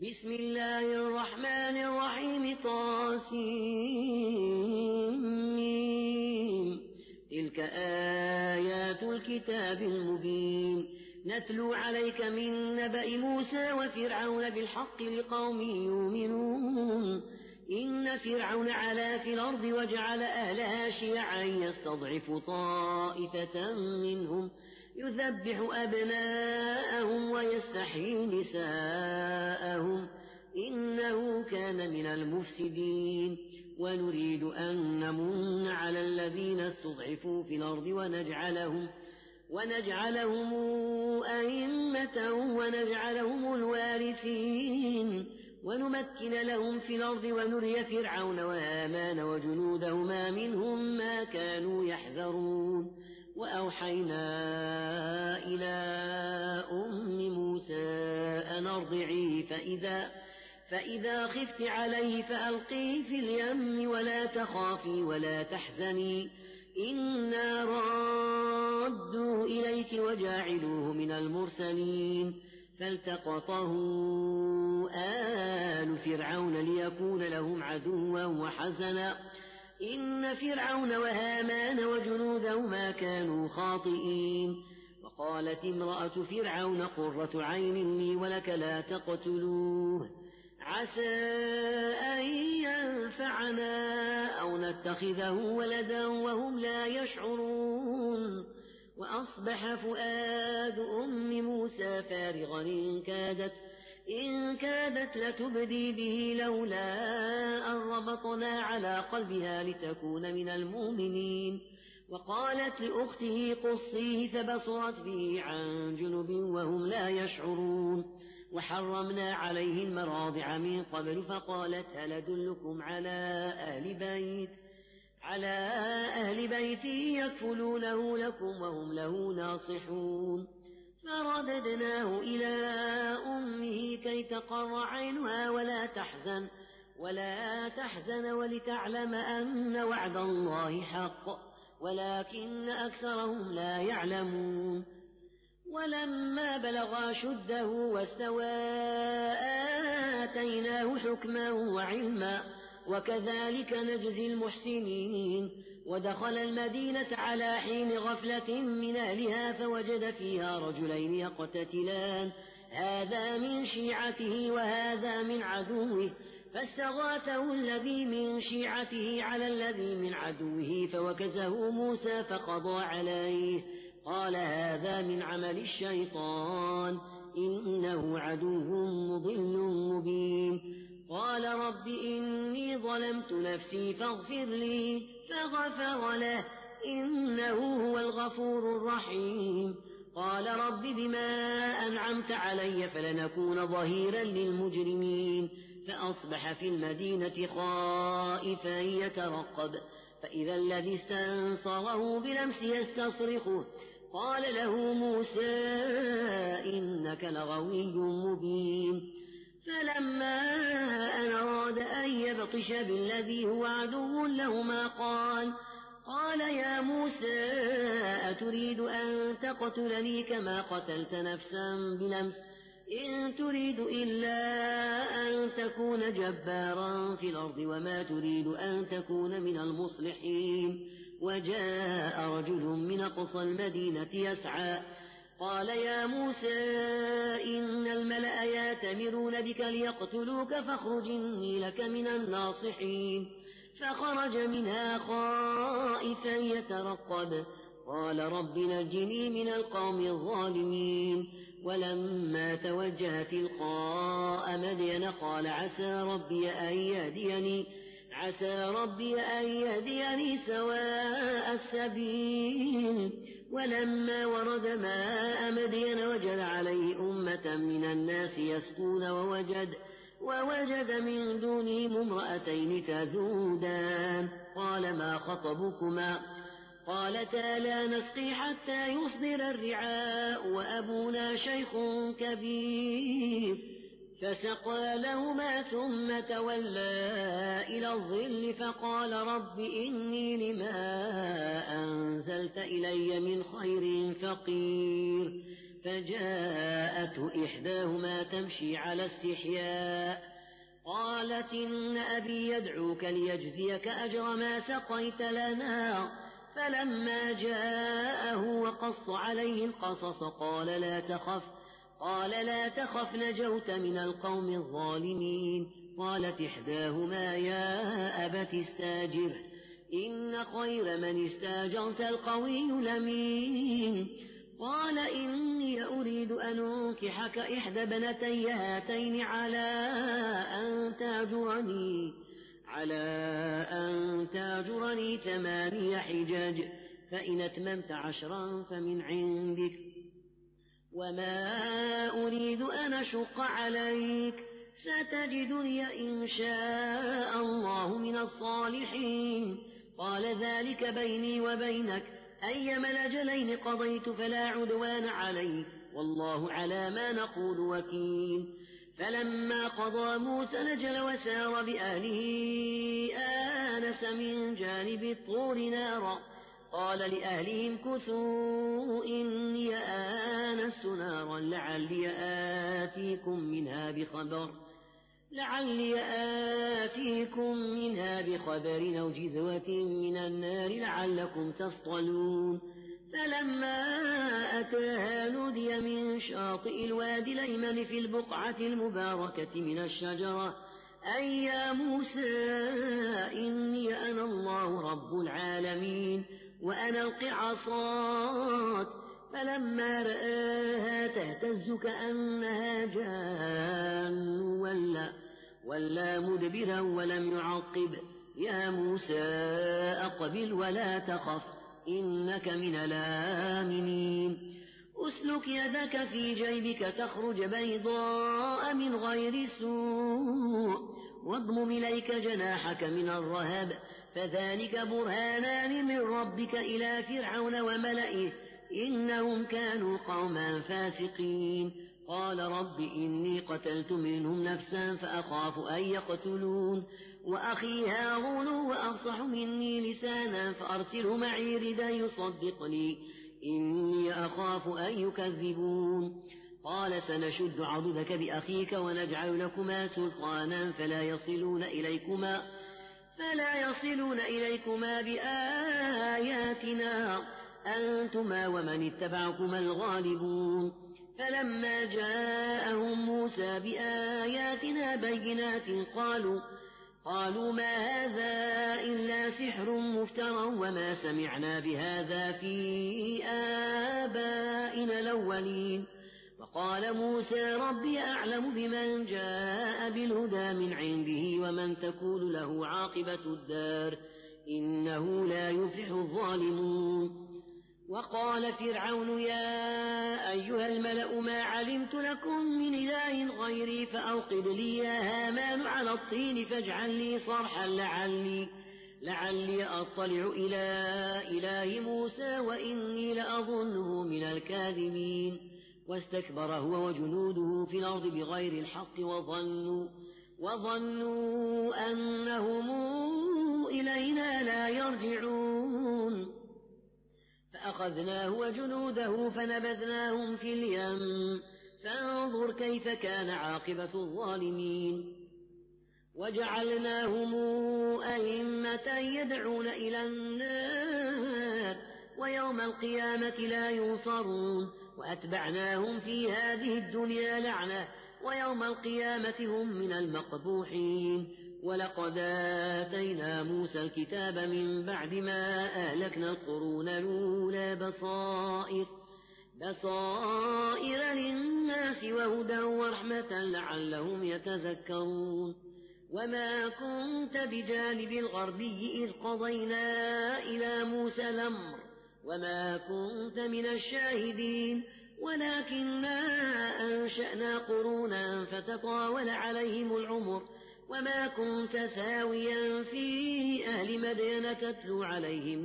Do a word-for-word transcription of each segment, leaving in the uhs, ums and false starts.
بسم الله الرحمن الرحيم طاسين تلك آيات الكتاب المبين نتلو عليك من نبأ موسى وفرعون بالحق لقوم يؤمنون إن فرعون علا في الأرض وجعل أهلها شيعا يستضعف طائفة منهم يذبح أبناءهم ويستحيي نساءهم إنه كان من المفسدين ونريد أن نمن على الذين استضعفوا في الأرض ونجعلهم ونجعلهم أئمة ونجعلهم الوارثين ونمكن لهم في الأرض ونري فرعون وهامان وجنودهما منهم ما كانوا يحذرون وأوحينا إلى أم موسى أن أرضعيه فإذا, فإذا خفت عليه فألقيه في اليم ولا تخافي ولا تحزني إنا رادوه إليك وجاعلوه من المرسلين فالتقطه آل فرعون ليكون لهم عدوا وحزنا إن فرعون وهامان وجنودهما كانوا خاطئين وقالت امرأة فرعون قرة عين لي ولك لا تقتلوه عسى أن ينفعنا أو نتخذه ولدا وهم لا يشعرون وأصبح فؤاد أم موسى فارغا إن كادت, إن كادت لتبدي به لولا أن ربطنا على قلبها لتكون من المؤمنين وقالت لأخته قصيه فبصرت به عن جنب وهم لا يشعرون وحرمنا عليه المراضع من قبل فقالت هل أدلكم على أهل بيت على أهل بيت يكفلونه لكم وهم له ناصحون فرددناه إلى أمه كي تقر عينها ولا تحزن ولا تحزن ولتعلم أن وعد الله حق ولكن أكثرهم لا يعلمون ولما بلغ شده واستوى آتيناه حكما وعلما وكذلك نجزي المحسنين ودخل المدينة على حين غفلة من أهلها فوجد فيها رجلين يقتتلان هذا من شيعته وهذا من عدوه فاستغاثه الذي من شيعته على الذي من عدوه فوكزه موسى فقضى عليه قال هذا من عمل الشيطان إنه عدو مضل مبين قال رب إني ظلمت نفسي فاغفر لي فغفر له إنه هو الغفور الرحيم قال رب بما أنعمت علي فلنكون ظهيرا للمجرمين فأصبح في المدينة خائفا يترقب فإذا الذي استنصره بلمس يستصرخه قال له موسى إنك لغوي مبين فلما أن أراد أن يبطش بالذي هو عدو لهما قال قال يا موسى أتريد أن تقتلني كما قتلت نفسا بلمس إن تريد إلا أن تكون جبارا في الأرض وما تريد أن تكون من المصلحين وجاء رجل من أقصى المدينة يسعى قال يا موسى إن الملأ يأتمرون بك ليقتلوك فاخرج إني لك من الناصحين فخرج منها خائفا يترقب قال رب نجني من القوم الظالمين ولما توجه تلقاء مدين قال عسى ربي أن يهديني عسى ربي أن يهديني سواء السبيل ولما ورد ماء مدين وجد عليه أمة من الناس يسقون ووجد ووجد من دونهم امرأتين تذودان قال ما خطبكما قالتا لا نسقي حتى يصدر الرعاء وأبونا شيخ كبير فسقى لهما ثم تولى إلى الظل فقال رب إني لما أنزلت إلي من خير فقير فجاءته إحداهما تمشي على استحياء قالت إن أبي يدعوك ليجزيك أجر ما سقيت لنا. فلما جاءه وقص عليه القصص قال لا تخف قال لا تخف نجوت من القوم الظالمين. قالت إحداهما يا أبت استاجره إن خير من استاجرت القوي الأمين. قال إني أريد أن أنكحك إحدى ابنتي هاتين على أن تأجرني على أن تأجرني ثماني حجاج فإن أتممت عشرا فمن عندك وما أريد أن أشق عليك ستجدني إن شاء الله من الصالحين. قال ذلك بيني وبينك أيما الأجلين قضيت فلا عدوان علي والله على ما نقول وكيل. فلما قضى موسى الأجل وسار بأهله آنس من جانب الطور نارا قال لأهلهم كثوا إني آنست نارا لعلي آتيكم منها بخبر لعلي آتيكم منها بخبر أو جذوة من النار لعلكم تصطلون. فلما أتاها نودي من شاطئ الوادي الأيمن في البقعة المباركة من الشجرة أي يا موسى إني أنا الله رب العالمين وأن ألق عصاك. فلما رآها تهتز كأنها جان ولا, ولا مدبرا ولم يعقب يا موسى أقبل ولا تخف إنك من الآمنين. أسلك يدك في جيبك تخرج بيضاء من غير سوء واضمم إليك جناحك من الرهب فذلك برهانان من ربك إلى فرعون وملئه إنهم كانوا قوما فاسقين. قال رب إني قتلت منهم نفسا فأخاف أن يقتلون وأخي هارون وأفصح مني لسانا فأرسله معي ردا يصدقني إني أخاف أن يكذبون. قال سنشد عضدك بأخيك ونجعل لكما سلطانا فلا يصلون إليكما فلا يصلون إليكما بآياتنا أنتما ومن اتبعكما الغالبون. فلما جاءهم موسى بآياتنا بينات قالوا قالوا ما هذا إلا سحر مفترى وما سمعنا بهذا في آبائنا الأولين. وقال موسى ربي أعلم بمن جاء بالهدى من عنده ومن تكون له عاقبة الدار إنه لا يفلح الظالمون. وقال فرعون يا أيها الملأ ما علمت لكم من إله غيري فأوقد لي يا هامان على الطين فاجعل لي صرحا لعلي, لعلي أطلع إلى إله موسى وإني لأظنه من الكاذبين. واستكبر هو وجنوده في الأرض بغير الحق وظنوا, وظنوا أنهم إلينا لا يرجعون. فأخذناه وجنوده فنبذناهم في اليم فانظر كيف كان عاقبة الظالمين. وجعلناهم أئمة يدعون إلى النار ويوم القيامة لا ينصرون. وأتبعناهم في هذه الدنيا لعنة ويوم القيامة هم من المقبوحين. ولقد آتينا موسى الكتاب من بعد ما أهلكنا القرون الأولى بصائر, بصائر للناس وهدى ورحمة لعلهم يتذكرون. وما كنت بجانب الغربي إذ قضينا إلى موسى الأمر وما كنت من الشاهدين ولكننا أنشأنا قرونا فتطاول عليهم العمر وما كنت ثاويا في أهل مدين تتلو عليهم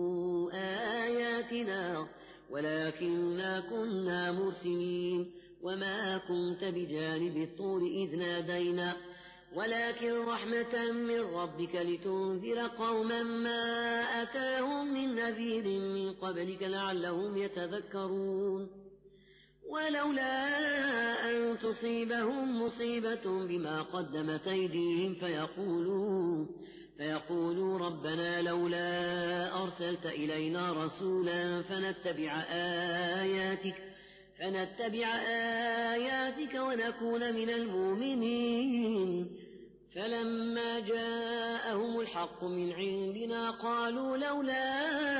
آياتنا ولكننا كنا مرسلين. وما كنت بجانب الطور إذ نادينا ولكن رحمة من ربك لتنذر قوما ما أتاهم من نذير من قبلك لعلهم يتذكرون. ولولا أن تصيبهم مصيبة بما قدمت أيديهم فيقولوا, فيقولوا ربنا لولا أرسلت إلينا رسولا فنتبع آياتك, فنتبع آياتك ونكون من المؤمنين. فلما جاءهم الحق من عندنا قالوا لولا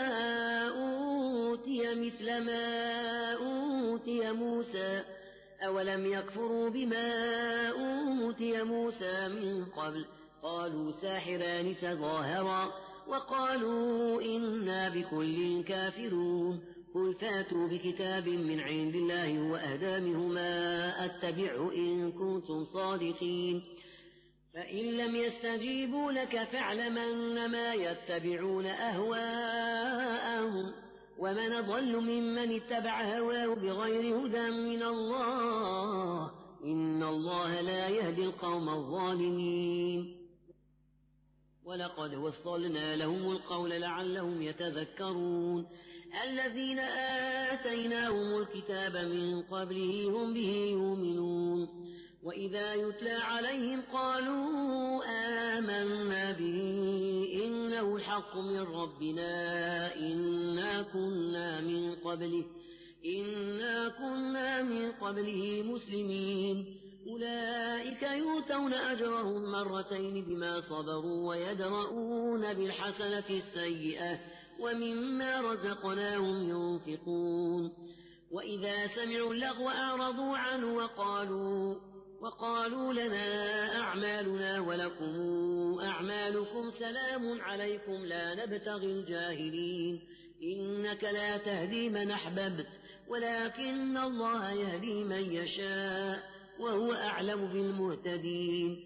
أوتي مثل ما أوتي موسى أولم يكفروا بما أوتي موسى من قبل قالوا ساحران تظاهرا وقالوا إنا بكل كافرون. قل فاتوا بكتاب من عند الله وأهدى منهما أتبعه إن كنتم صادقين. فإن لم يستجيبوا لك فاعلم أنما يتبعون أهواءهم ومن ضل ممن اتبع هواه بغير هدى من الله إن الله لا يهدي القوم الظالمين. ولقد وصلنا لهم القول لعلهم يتذكرون. الذين آتيناهم الكتاب من قبله هم به يؤمنون وإذا يتلى عليهم قالوا آمنا به إنه الحق من ربنا إنا كنا من قبله إنا كنا من قبله مسلمين. أولئك يؤتون أجرهم مرتين بما صبروا ويدرؤون بالحسنة السيئة ومما رزقناهم ينفقون. وإذا سمعوا اللغو أعرضوا عنه وقالوا وقالوا لنا أعمالنا ولكم أعمالكم سلام عليكم لا نبتغي الجاهلين إنك لا تهدي من أحببت ولكن الله يهدي من يشاء وهو أعلم بالمهتدين.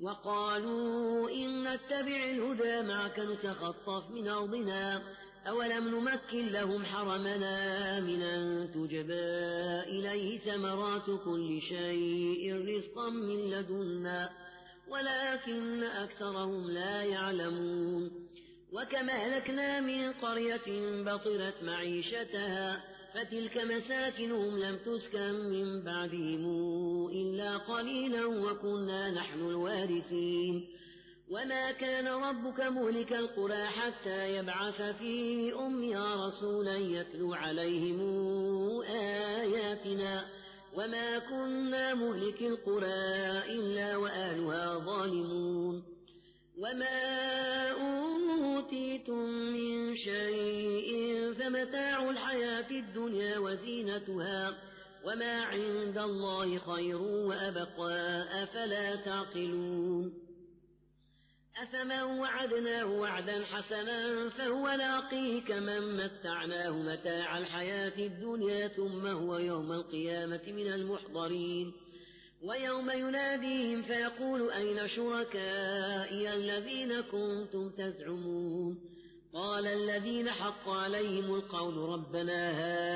وقالوا إن نتبع الهدى معك نتخطف من أرضنا أولم نمكن لهم حرمنا من أن تجبى إليه ثمرات كل شيء رزقا من لدنا ولكن أكثرهم لا يعلمون. وكما أهلكنا من قرية بطرت معيشتها فتلك مساكنهم لم تسكن من بعدهم إلا قليلا وكنا نحن الوارثين. وما كان ربك مهلك القرى حتى يبعث في أمها رسولا يتلو عليهم آياتنا وما كنا مهلك القرى إلا وأهلها ظالمون. وما أوتيتم من شيء فمتاع الحياة الدنيا وزينتها وما عند الله خير وأبقى أفلا تعقلون. أفمن وعدناه وعدا حسنا فهو لاقيه كمن متعناه متاع الحياة الدنيا ثم هو يوم القيامة من المحضرين. ويوم يناديهم فيقول أين شركائي الذين كنتم تزعمون قال الذين حق عليهم القول ربنا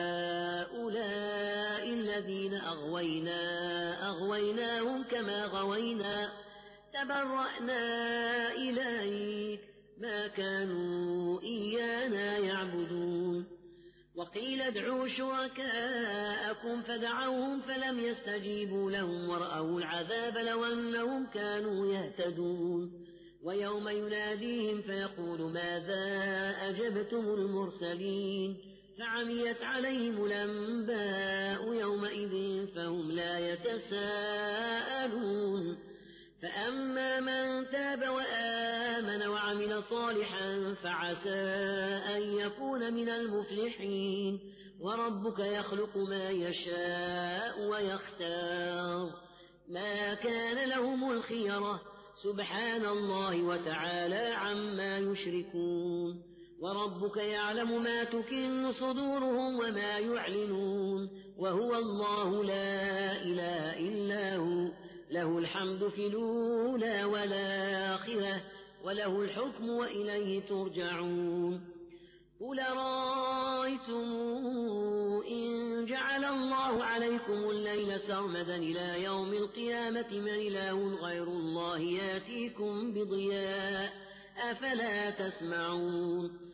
هؤلاء الذين أغوينا أغويناهم كما غوينا تبرأنا إليك ما كانوا إيانا يعبدون. وقيل ادعوا شركاءكم فدعوهم فلم يستجيبوا لهم ورأوا العذاب لو أنهم كانوا يهتدون. ويوم يناديهم فيقول ماذا أجبتم المرسلين فعميت عليهم الأنباء يومئذ فهم لا يتساءلون. فأما من تاب وآمن وعمل صالحا فعسى أن يكون من المفلحين. وربك يخلق ما يشاء ويختار ما كان لهم الخيرة سبحان الله وتعالى عما يشركون. وربك يعلم ما تكن صدورهم وما يعلنون وهو الله لا إله إلا هو له الحمد في الأولى والآخرة وله الحكم وإليه ترجعون. قل رأيتم إن جعل الله عليكم الليل سرمدا إلى يوم القيامة من إله غير الله ياتيكم بضياء أفلا تسمعون.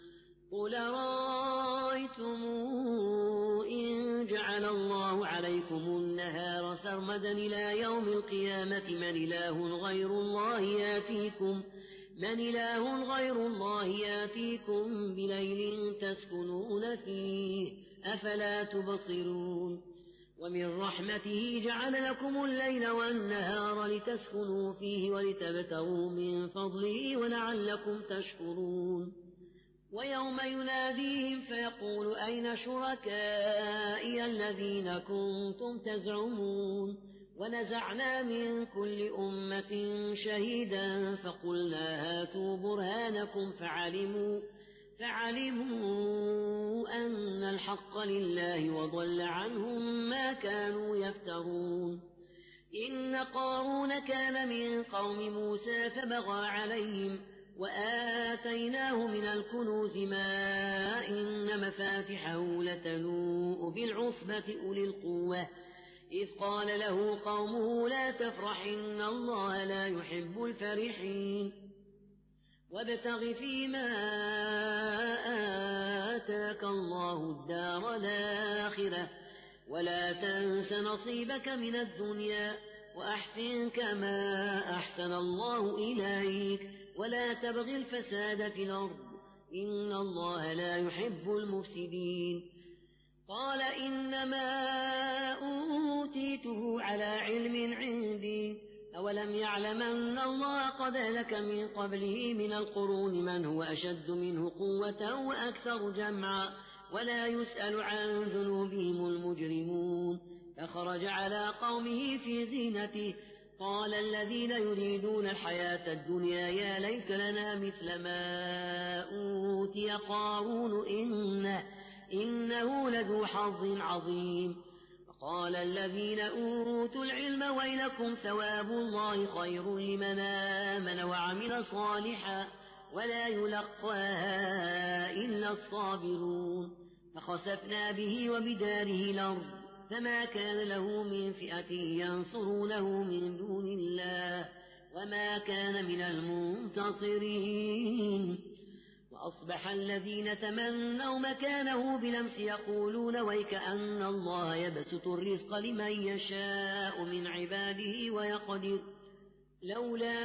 قل رأيتم إن جعل الله عليكم النهار سرمدا إلى يوم القيامة من إله غير الله ياتيكم من إله غير الله ياتيكم بليل تسكنون فيه أفلا تبصرون ومن رحمته جعل لكم الليل والنهار لتسكنوا فيه ولتبتغوا من فضله ولعلكم تشكرون ويوم يناديهم فيقول أين شركائي الذين كنتم تزعمون ونزعنا من كل أمة شهيدا فقلنا هاتوا برهانكم فعلموا فعلموا أن الحق لله وضل عنهم ما كانوا يفترون إن قارون كان من قوم موسى فبغى عليهم وآتيناه من الكنوز ما إن مفاتحه لتنوء بالعصبة أولي القوة إذ قال له قومه لا تفرح إن الله لا يحب الفرحين وابتغ فيما آتاك الله الدار الآخرة ولا تنس نصيبك من الدنيا وأحسن كما أحسن الله إليك ولا تبغ الفساد في الأرض إن الله لا يحب المفسدين قال إنما أوتيته على علم عندي أولم يعلم أن الله قد أهلك من قبله من القرون من هو أشد منه قوة وأكثر جمعا ولا يسأل عن ذنوبهم المجرمون فخرج على قومه في زينته قال الذين يريدون الحياة الدنيا يا ليت لنا مثل ما أوتي قارون إنه, إنه لذو حظ عظيم وقال الذين أوتوا العلم ويلكم ثواب الله خير لمن آمن وعمل صالحا ولا يلقاها إلا الصابرون فخسفنا به وبداره الأرض فما كان له من فئة ينصرونه من دون الله وما كان من المنتصرين وأصبح الذين تمنوا مكانه بلمس يقولون ويكأن الله يبسط الرزق لمن يشاء من عباده ويقدر لولا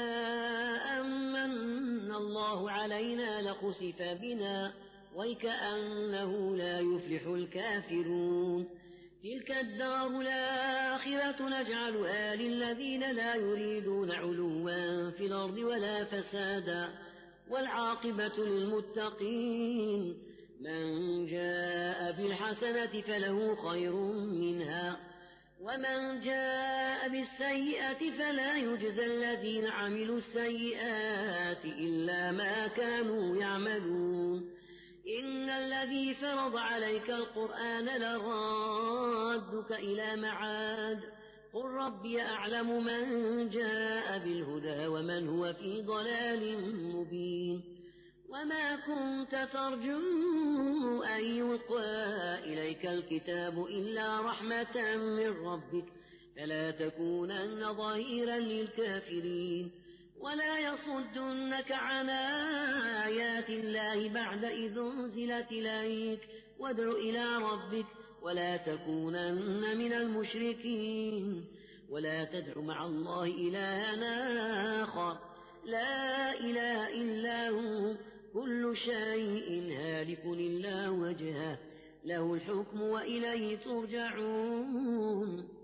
أمن الله علينا لخسف بنا ويكأنه لا يفلح الكافرون تلك الدار الآخرة نجعلها للذين لا يريدون علوا في الأرض ولا فسادا والعاقبة للمتقين من جاء بالحسنة فله خير منها ومن جاء بالسيئة فلا يجزى الذين عملوا السيئات إلا ما كانوا يعملون إن الذي فرض عليك القرآن لرادك إلى معاد قل ربي أعلم من جاء بالهدى ومن هو في ضلال مبين وما كنت ترجو أن يلقى إليك الكتاب إلا رحمة من ربك فلا تكونن ظهيرا للكافرين ولا يصدنك عن آيات الله بعد إذ أنزلت إليك وادع إلى ربك ولا تكونن من المشركين ولا تدع مع الله إلها آخر لا إله إلا هو كل شيء هالك إلا وجهه له الحكم وإليه ترجعون